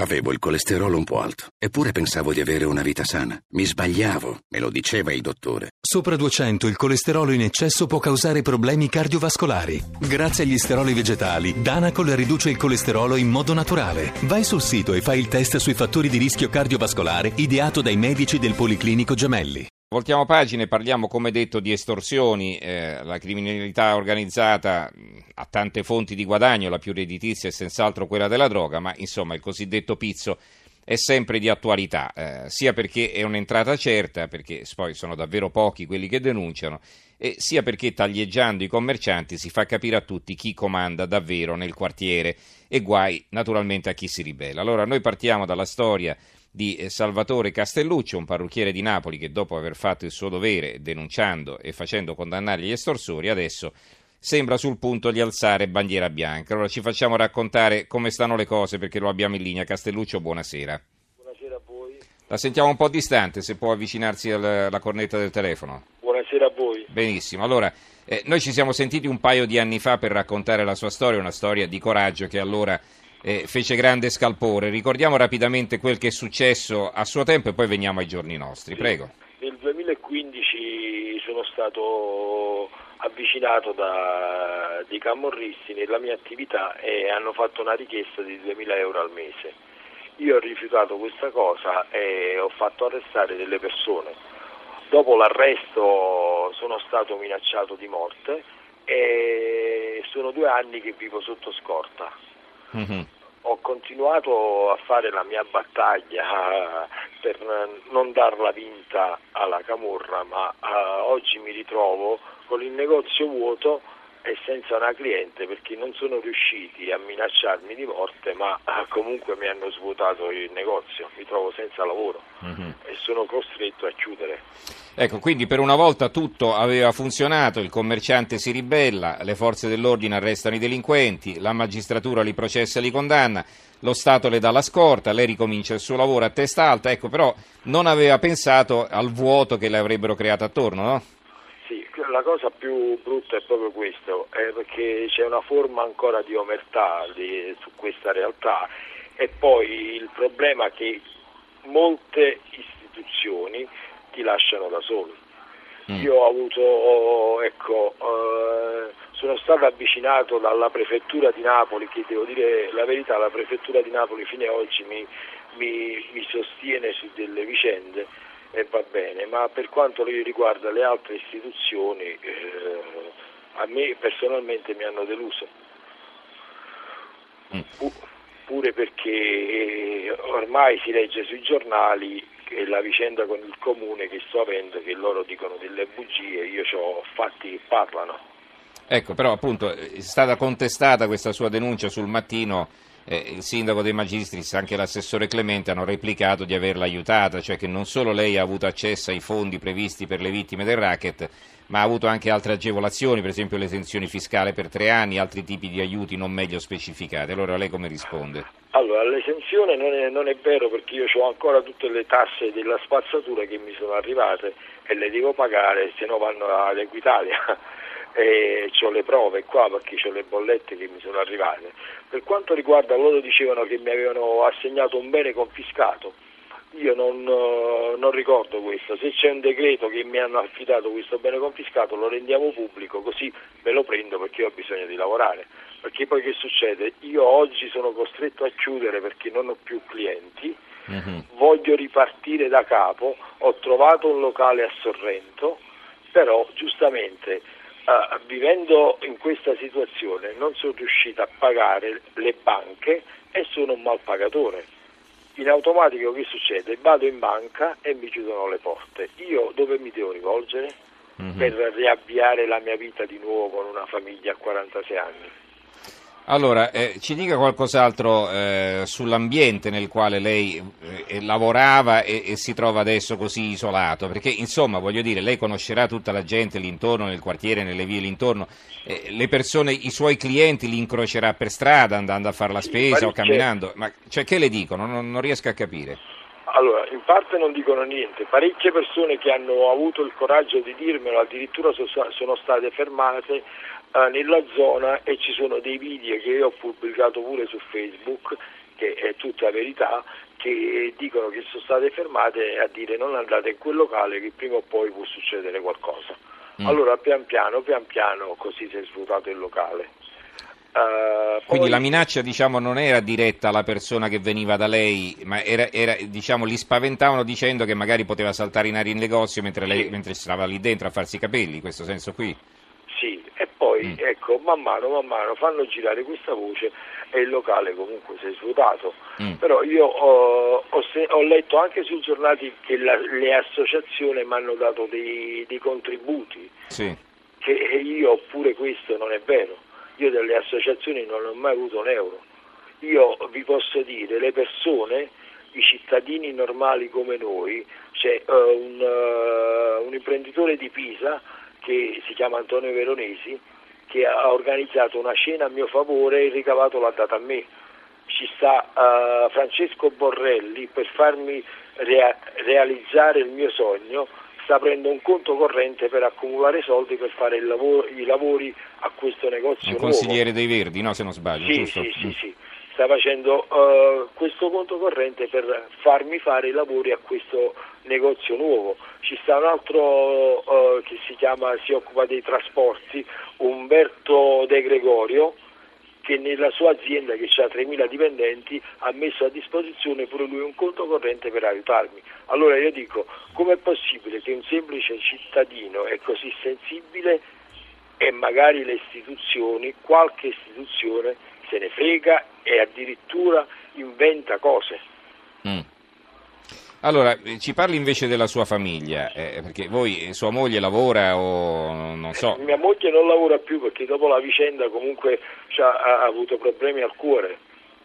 Avevo il colesterolo un po' alto, eppure pensavo di avere una vita sana. Mi sbagliavo, me lo diceva il dottore. Sopra 200 il colesterolo in eccesso può causare problemi cardiovascolari. Grazie agli steroli vegetali, Danacol riduce il colesterolo in modo naturale. Vai sul sito e fai il test sui fattori di rischio cardiovascolare ideato dai medici del Policlinico Gemelli. Voltiamo pagine, parliamo come detto di estorsioni, la criminalità organizzata ha tante fonti di guadagno, la più redditizia è senz'altro quella della droga, ma insomma il cosiddetto pizzo è sempre di attualità, sia perché è un'entrata certa, perché poi sono davvero pochi quelli che denunciano, e sia perché taglieggiando i commercianti si fa capire a tutti chi comanda davvero nel quartiere e guai naturalmente a chi si ribella. Allora noi partiamo dalla storia di Salvatore Castelluccio, un parrucchiere di Napoli che dopo aver fatto il suo dovere denunciando e facendo condannare gli estorsori adesso sembra sul punto di alzare bandiera bianca. Allora ci facciamo raccontare come stanno le cose perché lo abbiamo in linea. Castelluccio, buonasera. Buonasera a voi. La sentiamo un po' distante, se può avvicinarsi alla cornetta del telefono. Buonasera a voi. Benissimo, allora noi ci siamo sentiti un paio di anni fa per raccontare la sua storia, una storia di coraggio che allora fece grande scalpore. Ricordiamo rapidamente quel che è successo a suo tempo e poi veniamo ai giorni nostri. Prego. Nel 2015 sono stato avvicinato dei camorristi nella mia attività e hanno fatto una richiesta di 2.000 euro al mese. Io ho rifiutato questa cosa e ho fatto arrestare delle persone. Dopo l'arresto sono stato minacciato di morte e sono 2 anni che vivo sotto scorta. Mm-hmm. Ho continuato a fare la mia battaglia per non darla vinta alla camorra, ma oggi mi ritrovo con il negozio vuoto e senza una cliente perché non sono riusciti a minacciarmi di morte, ma comunque mi hanno svuotato il negozio, mi trovo senza lavoro e sono costretto a chiudere. Ecco, quindi per una volta tutto aveva funzionato, il commerciante si ribella, le forze dell'ordine arrestano i delinquenti, la magistratura li processa e li condanna, lo Stato le dà la scorta, lei ricomincia il suo lavoro a testa alta, ecco, però non aveva pensato al vuoto che le avrebbero creato attorno, no? Sì, la cosa più brutta è proprio questo, è perché c'è una forma ancora di omertà su questa realtà e poi il problema è che molte istituzioni ti lasciano da soli. Io ho avuto, sono stato avvicinato dalla prefettura di Napoli, che devo dire la verità, la prefettura di Napoli fino ad oggi mi sostiene su delle vicende e va bene, ma per quanto riguarda le altre istituzioni a me personalmente mi hanno deluso. Pure perché ormai si legge sui giornali che la vicenda con il comune che sto avendo, che loro dicono delle bugie, io ho fatti che parlano. Ecco, però appunto è stata contestata questa sua denuncia sul Mattino, il sindaco dei Magistris, anche l'assessore Clemente hanno replicato di averla aiutata, cioè che non solo lei ha avuto accesso ai fondi previsti per le vittime del racket, ma ha avuto anche altre agevolazioni, per esempio l'esenzione fiscale per 3 anni, altri tipi di aiuti non meglio specificati. Allora lei come risponde? Allora, l'esenzione non è vero perché io ho ancora tutte le tasse della spazzatura che mi sono arrivate e le devo pagare, se no vanno ad Equitalia. E ho le prove qua perché ho le bollette che mi sono arrivate. Per quanto riguarda, loro dicevano che mi avevano assegnato un bene confiscato, io non ricordo questo. Se c'è un decreto che mi hanno affidato questo bene confiscato lo rendiamo pubblico, così me lo prendo perché ho bisogno di lavorare. Perché poi che succede? Io oggi sono costretto a chiudere perché non ho più clienti, voglio ripartire da capo, ho trovato un locale a Sorrento, però giustamente vivendo in questa situazione non sono riuscito a pagare le banche e sono un malpagatore. In automatico che succede? Vado in banca e mi chiudono le porte. Io dove mi devo rivolgere per riavviare la mia vita di nuovo con una famiglia a 46 anni? Allora, ci dica qualcos'altro sull'ambiente nel quale lei lavorava e si trova adesso così isolato, perché insomma voglio dire, lei conoscerà tutta la gente l'intorno, nel quartiere, nelle vie l'intorno, le persone, i suoi clienti li incrocerà per strada andando a fare la spesa o camminando, ma cioè, che le dicono? Non riesco a capire. Allora, in parte non dicono niente, parecchie persone che hanno avuto il coraggio di dirmelo addirittura sono state fermate nella zona e ci sono dei video che io ho pubblicato pure su Facebook che è tutta verità, che dicono che sono state fermate a dire non andate in quel locale che prima o poi può succedere qualcosa. Allora pian piano così si è svuotato il locale. Quindi poi... la minaccia, diciamo, non era diretta alla persona che veniva da lei, ma era diciamo, li spaventavano dicendo che magari poteva saltare in aria il negozio mentre lei mentre stava lì dentro a farsi i capelli, in questo senso qui. Sì, e poi ecco, man mano fanno girare questa voce e il locale comunque si è svuotato. Però io ho letto anche sui giornali che le associazioni mi hanno dato dei contributi, che io pure questo non è vero. Io delle associazioni non ho mai avuto un euro. Io vi posso dire, le persone, i cittadini normali come noi, c'è un imprenditore di Pisa che si chiama Antonio Veronesi, che ha organizzato una cena a mio favore e il ricavato l'ha dato a me. Ci sta Francesco Borrelli per farmi realizzare il mio sogno, sta prendendo un conto corrente per accumulare soldi per fare i lavori a questo negozio nuovo. Un consigliere dei Verdi, no, se non sbaglio, giusto? Sì. Sta facendo questo conto corrente per farmi fare i lavori a questo negozio nuovo. Ci sta un altro che si occupa dei trasporti, Umberto De Gregorio, che nella sua azienda, che ha 3.000 dipendenti, ha messo a disposizione pure lui un conto corrente per aiutarmi. Allora io dico, com'è possibile che un semplice cittadino è così sensibile e magari le istituzioni, qualche istituzione, se ne frega e addirittura inventa cose? Allora, ci parli invece della sua famiglia, perché sua moglie lavora o non so? Mia moglie non lavora più perché dopo la vicenda comunque ha avuto problemi al cuore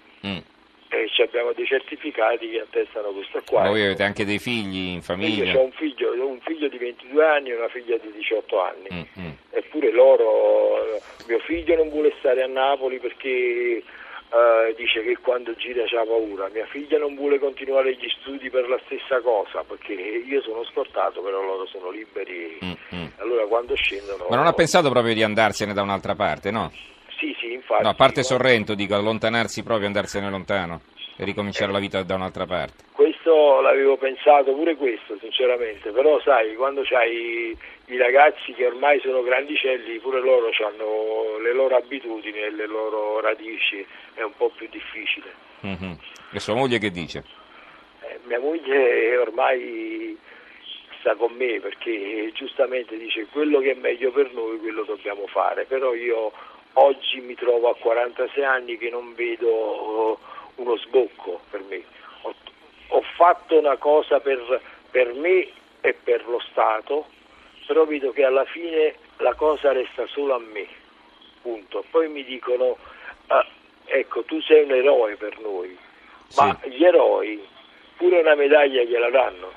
e abbiamo dei certificati che attestano questo qua. Ma voi avete anche dei figli in famiglia? Io ho un figlio di 22 anni e una figlia di 18 anni. Eppure mio figlio non vuole stare a Napoli perché dice che quando gira c'ha paura. Mia figlia non vuole continuare gli studi per la stessa cosa, perché io sono scortato, però loro sono liberi. Allora quando scendono... Ma non ha pensato proprio di andarsene da un'altra parte, no? Sì, infatti. No, a parte Sorrento, dico, allontanarsi proprio, andarsene lontano e ricominciare la vita da un'altra parte. Questo l'avevo pensato, pure questo, sinceramente, però sai, quando c'hai i ragazzi che ormai sono grandicelli, pure loro hanno le loro abitudini e le loro radici, è un po' più difficile. E sua moglie che dice? Mia moglie ormai sta con me perché giustamente dice quello che è meglio per noi, quello dobbiamo fare, però io oggi mi trovo a 46 anni che non vedo uno sbocco per me. Ho fatto una cosa per me e per lo Stato, però vedo che alla fine la cosa resta solo a me, punto. Poi mi dicono, ecco, tu sei un eroe per noi, ma gli eroi pure una medaglia gliela danno,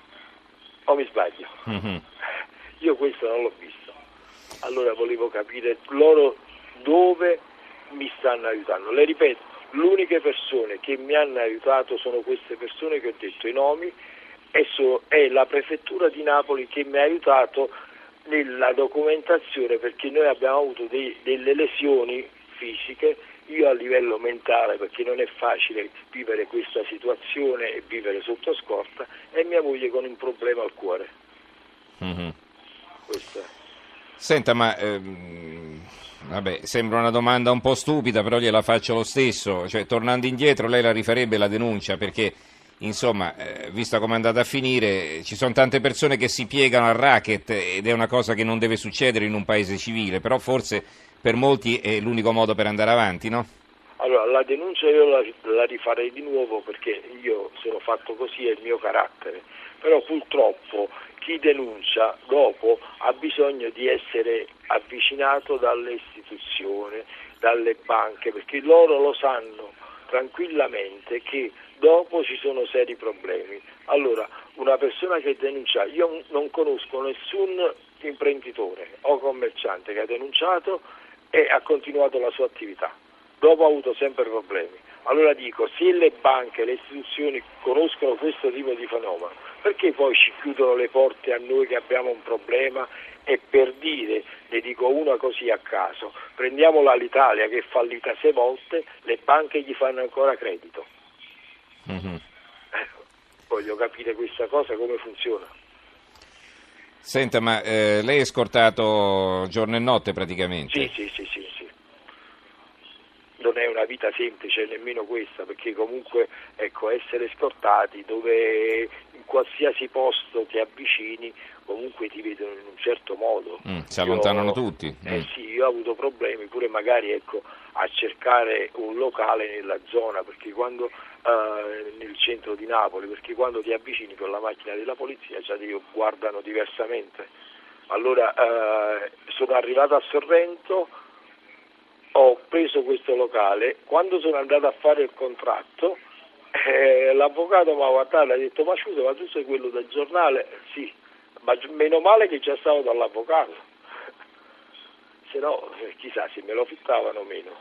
o mi sbaglio? Io questo non l'ho visto, allora volevo capire loro dove mi stanno aiutando. Le ripeto, le uniche persone che mi hanno aiutato sono queste persone che ho detto i nomi, è la prefettura di Napoli che mi ha aiutato nella documentazione, perché noi abbiamo avuto delle lesioni fisiche, io a livello mentale, perché non è facile vivere questa situazione e vivere sotto scorta, e mia moglie con un problema al cuore. Questo è. Senta, ma vabbè, sembra una domanda un po' stupida, però gliela faccio lo stesso. Cioè, tornando indietro, lei la rifarebbe la denuncia? Perché, insomma, vista come è andata a finire, ci sono tante persone che si piegano al racket ed è una cosa che non deve succedere in un paese civile, però forse per molti è l'unico modo per andare avanti, no? Allora, la denuncia io la rifarei di nuovo perché io sono fatto così, è il mio carattere, però purtroppo chi denuncia dopo ha bisogno di essere avvicinato dalle istituzioni, dalle banche, perché loro lo sanno tranquillamente che dopo ci sono seri problemi. Allora, una persona che denuncia, io non conosco nessun imprenditore o commerciante che ha denunciato e ha continuato la sua attività, dopo ha avuto sempre problemi. Allora dico, se le banche, le istituzioni conoscono questo tipo di fenomeno, perché poi ci chiudono le porte a noi che abbiamo un problema? E per dire, le dico una così a caso, prendiamo l'Alitalia che è fallita 6 volte, le banche gli fanno ancora credito. Mm-hmm. Voglio capire questa cosa come funziona. Senta, ma lei è scortato giorno e notte praticamente? Sì. Non è una vita semplice nemmeno questa, perché comunque essere scortati dove in qualsiasi posto ti avvicini comunque ti vedono in un certo modo. Si allontanano tutti. Sì, io ho avuto problemi pure magari a cercare un locale nella zona, perché quando nel centro di Napoli, perché quando ti avvicini con la macchina della polizia già ti guardano diversamente. Allora sono arrivato a Sorrento, ho preso questo locale, quando sono andato a fare il contratto l'avvocato mi ha guardato e ha detto: ma scusa, ma tu sei quello del giornale? Sì, ma meno male che già stavo dall'avvocato, se no chissà se me lo fittavano o meno.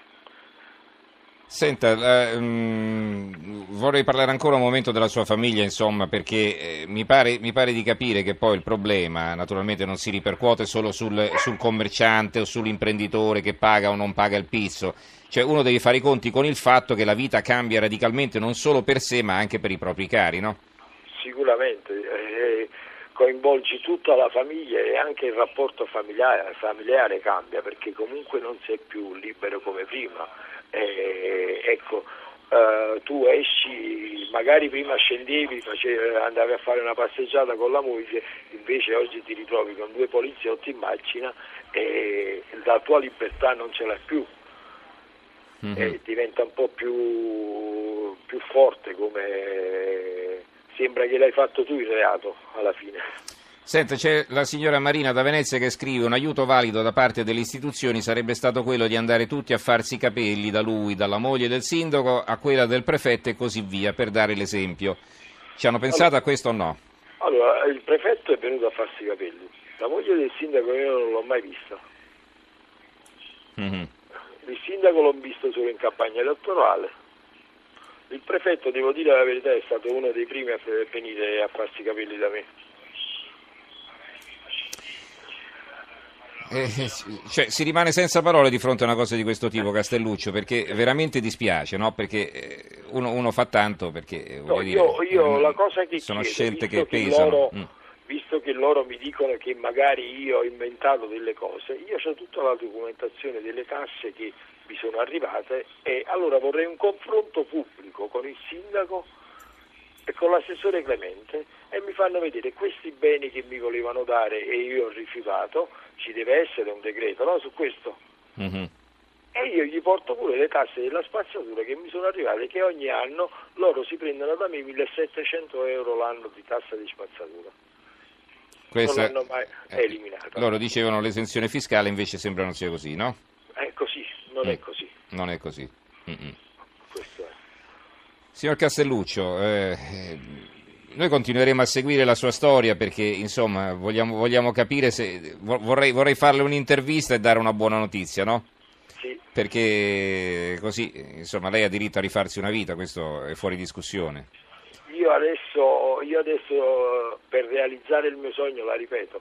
Senta, vorrei parlare ancora un momento della sua famiglia, insomma, perché mi pare di capire che poi il problema naturalmente non si ripercuote solo sul commerciante o sull'imprenditore che paga o non paga il pizzo, cioè uno deve fare i conti con il fatto che la vita cambia radicalmente non solo per sé ma anche per i propri cari, no? Sicuramente, coinvolgi tutta la famiglia e anche il rapporto familiare cambia, perché comunque non sei più libero come prima. Tu esci, magari prima scendevi, andavi a fare una passeggiata con la moglie, invece oggi ti ritrovi con 2 poliziotti in macchina e la tua libertà non ce l'hai più. E diventa un po' più forte, come sembra che l'hai fatto tu il reato alla fine. Senta, c'è la signora Marina da Venezia che scrive: un aiuto valido da parte delle istituzioni sarebbe stato quello di andare tutti a farsi i capelli, da lui, dalla moglie del sindaco a quella del prefetto e così via, per dare l'esempio. Ci hanno pensato a questo o no? Allora, il prefetto è venuto a farsi i capelli, la moglie del sindaco io non l'ho mai vista. Il sindaco l'ho visto solo in campagna elettorale. Il prefetto, devo dire la verità, è stato uno dei primi a venire a farsi i capelli da me. Cioè, si rimane senza parole di fronte a una cosa di questo tipo, Castelluccio, perché veramente dispiace, no? Perché uno fa tanto, perché io la cosa che sono chiedo, scelte che pesano. Visto che loro mi dicono che magari io ho inventato delle cose, io ho tutta la documentazione delle tasse che mi sono arrivate, e allora vorrei un confronto pubblico con il sindaco e con l'assessore Clemente, e mi fanno vedere questi beni che mi volevano dare e io ho rifiutato. Ci deve essere un decreto, no, su questo. E io gli porto pure le tasse della spazzatura che mi sono arrivate, che ogni anno loro si prendono da me 1.700 euro l'anno di tassa di spazzatura. Non l'hanno mai eliminata. Loro dicevano l'esenzione fiscale, invece sembra non sia così, no? È così, non è così. Non è così. Questo è. Signor Castelluccio, noi continueremo a seguire la sua storia perché, insomma, vogliamo capire se vorrei farle un'intervista e dare una buona notizia, no? Sì. Perché così, insomma, lei ha diritto a rifarsi una vita, questo è fuori discussione. Io adesso per realizzare il mio sogno, la ripeto,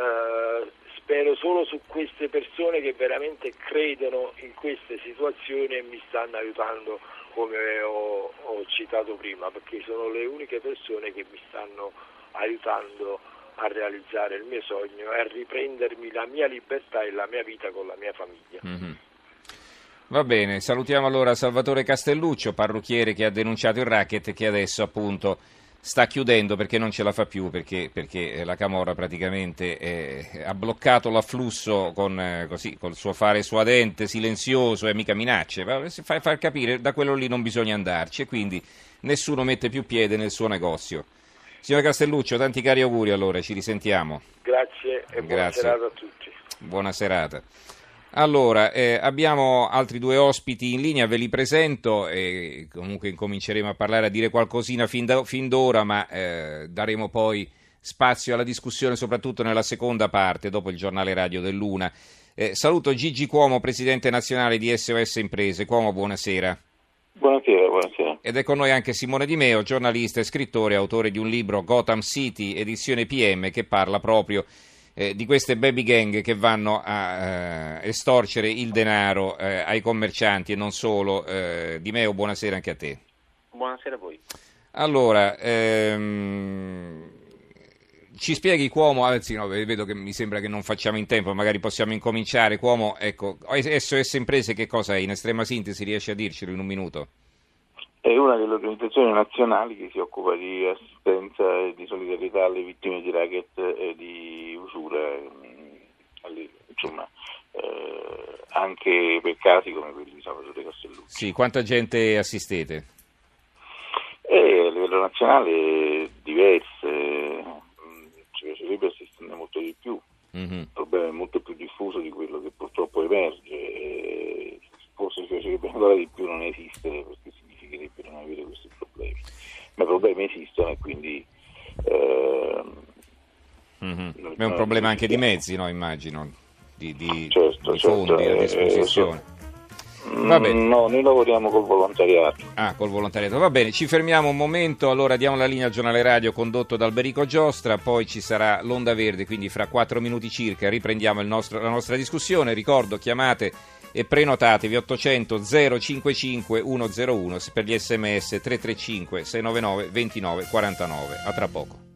spero solo su queste persone che veramente credono in queste situazioni e mi stanno aiutando, come ho citato prima, perché sono le uniche persone che mi stanno aiutando a realizzare il mio sogno e a riprendermi la mia libertà e la mia vita con la mia famiglia. Va bene, salutiamo allora Salvatore Castelluccio, parrucchiere che ha denunciato il racket e che adesso appunto sta chiudendo perché non ce la fa più, perché la Camorra praticamente ha bloccato l'afflusso col suo fare suadente, silenzioso e mica minacce. Far capire, da quello lì non bisogna andarci e quindi nessuno mette più piede nel suo negozio. Signor Castelluccio, tanti cari auguri allora, ci risentiamo. Grazie e buona serata a tutti. Buona serata. Allora, abbiamo altri 2 ospiti in linea, ve li presento e comunque incominceremo a parlare, a dire qualcosina fin d'ora, ma daremo poi spazio alla discussione soprattutto nella seconda parte, dopo il giornale radio dell'1. Saluto Gigi Cuomo, presidente nazionale di SOS Imprese. Cuomo, buonasera. Buonasera. Ed è con noi anche Simone Di Meo, giornalista e scrittore, autore di un libro, Gotham City, edizione PM, che parla proprio di queste baby gang che vanno a estorcere il denaro ai commercianti e non solo. Di Meo, buonasera anche a te. buonasera a voi. Allora, ci spieghi Cuomo, anzi no, vedo che mi sembra che non facciamo in tempo, magari possiamo incominciare. Cuomo, ecco, SOS Imprese che cosa è? In estrema sintesi riesci a dircelo in un minuto? È una delle organizzazioni nazionali che si occupa di assistenza e di solidarietà alle vittime di racket e di usura, insomma, anche per casi come quelli di Salvatore Castellucci. Sì, quanta gente assistete? A livello nazionale diverse, ci piacerebbe assistere molto di più. Il problema è molto più diffuso di quello che purtroppo emerge, forse ci piacerebbe ancora di più non esistere, perché significherebbe non avere questi problemi, ma i problemi esistono e quindi è un problema anche di mezzi, no? Immagino, di fondi a disposizione. Va bene. No, noi lavoriamo col volontariato. Col volontariato, va bene, ci fermiamo un momento, allora diamo la linea al giornale radio condotto da Alberico Giostra, poi ci sarà l'Onda Verde, quindi fra 4 minuti circa riprendiamo la nostra discussione. Ricordo, chiamate e prenotatevi 800 055 101, per gli sms 335 699 29 49. A tra poco.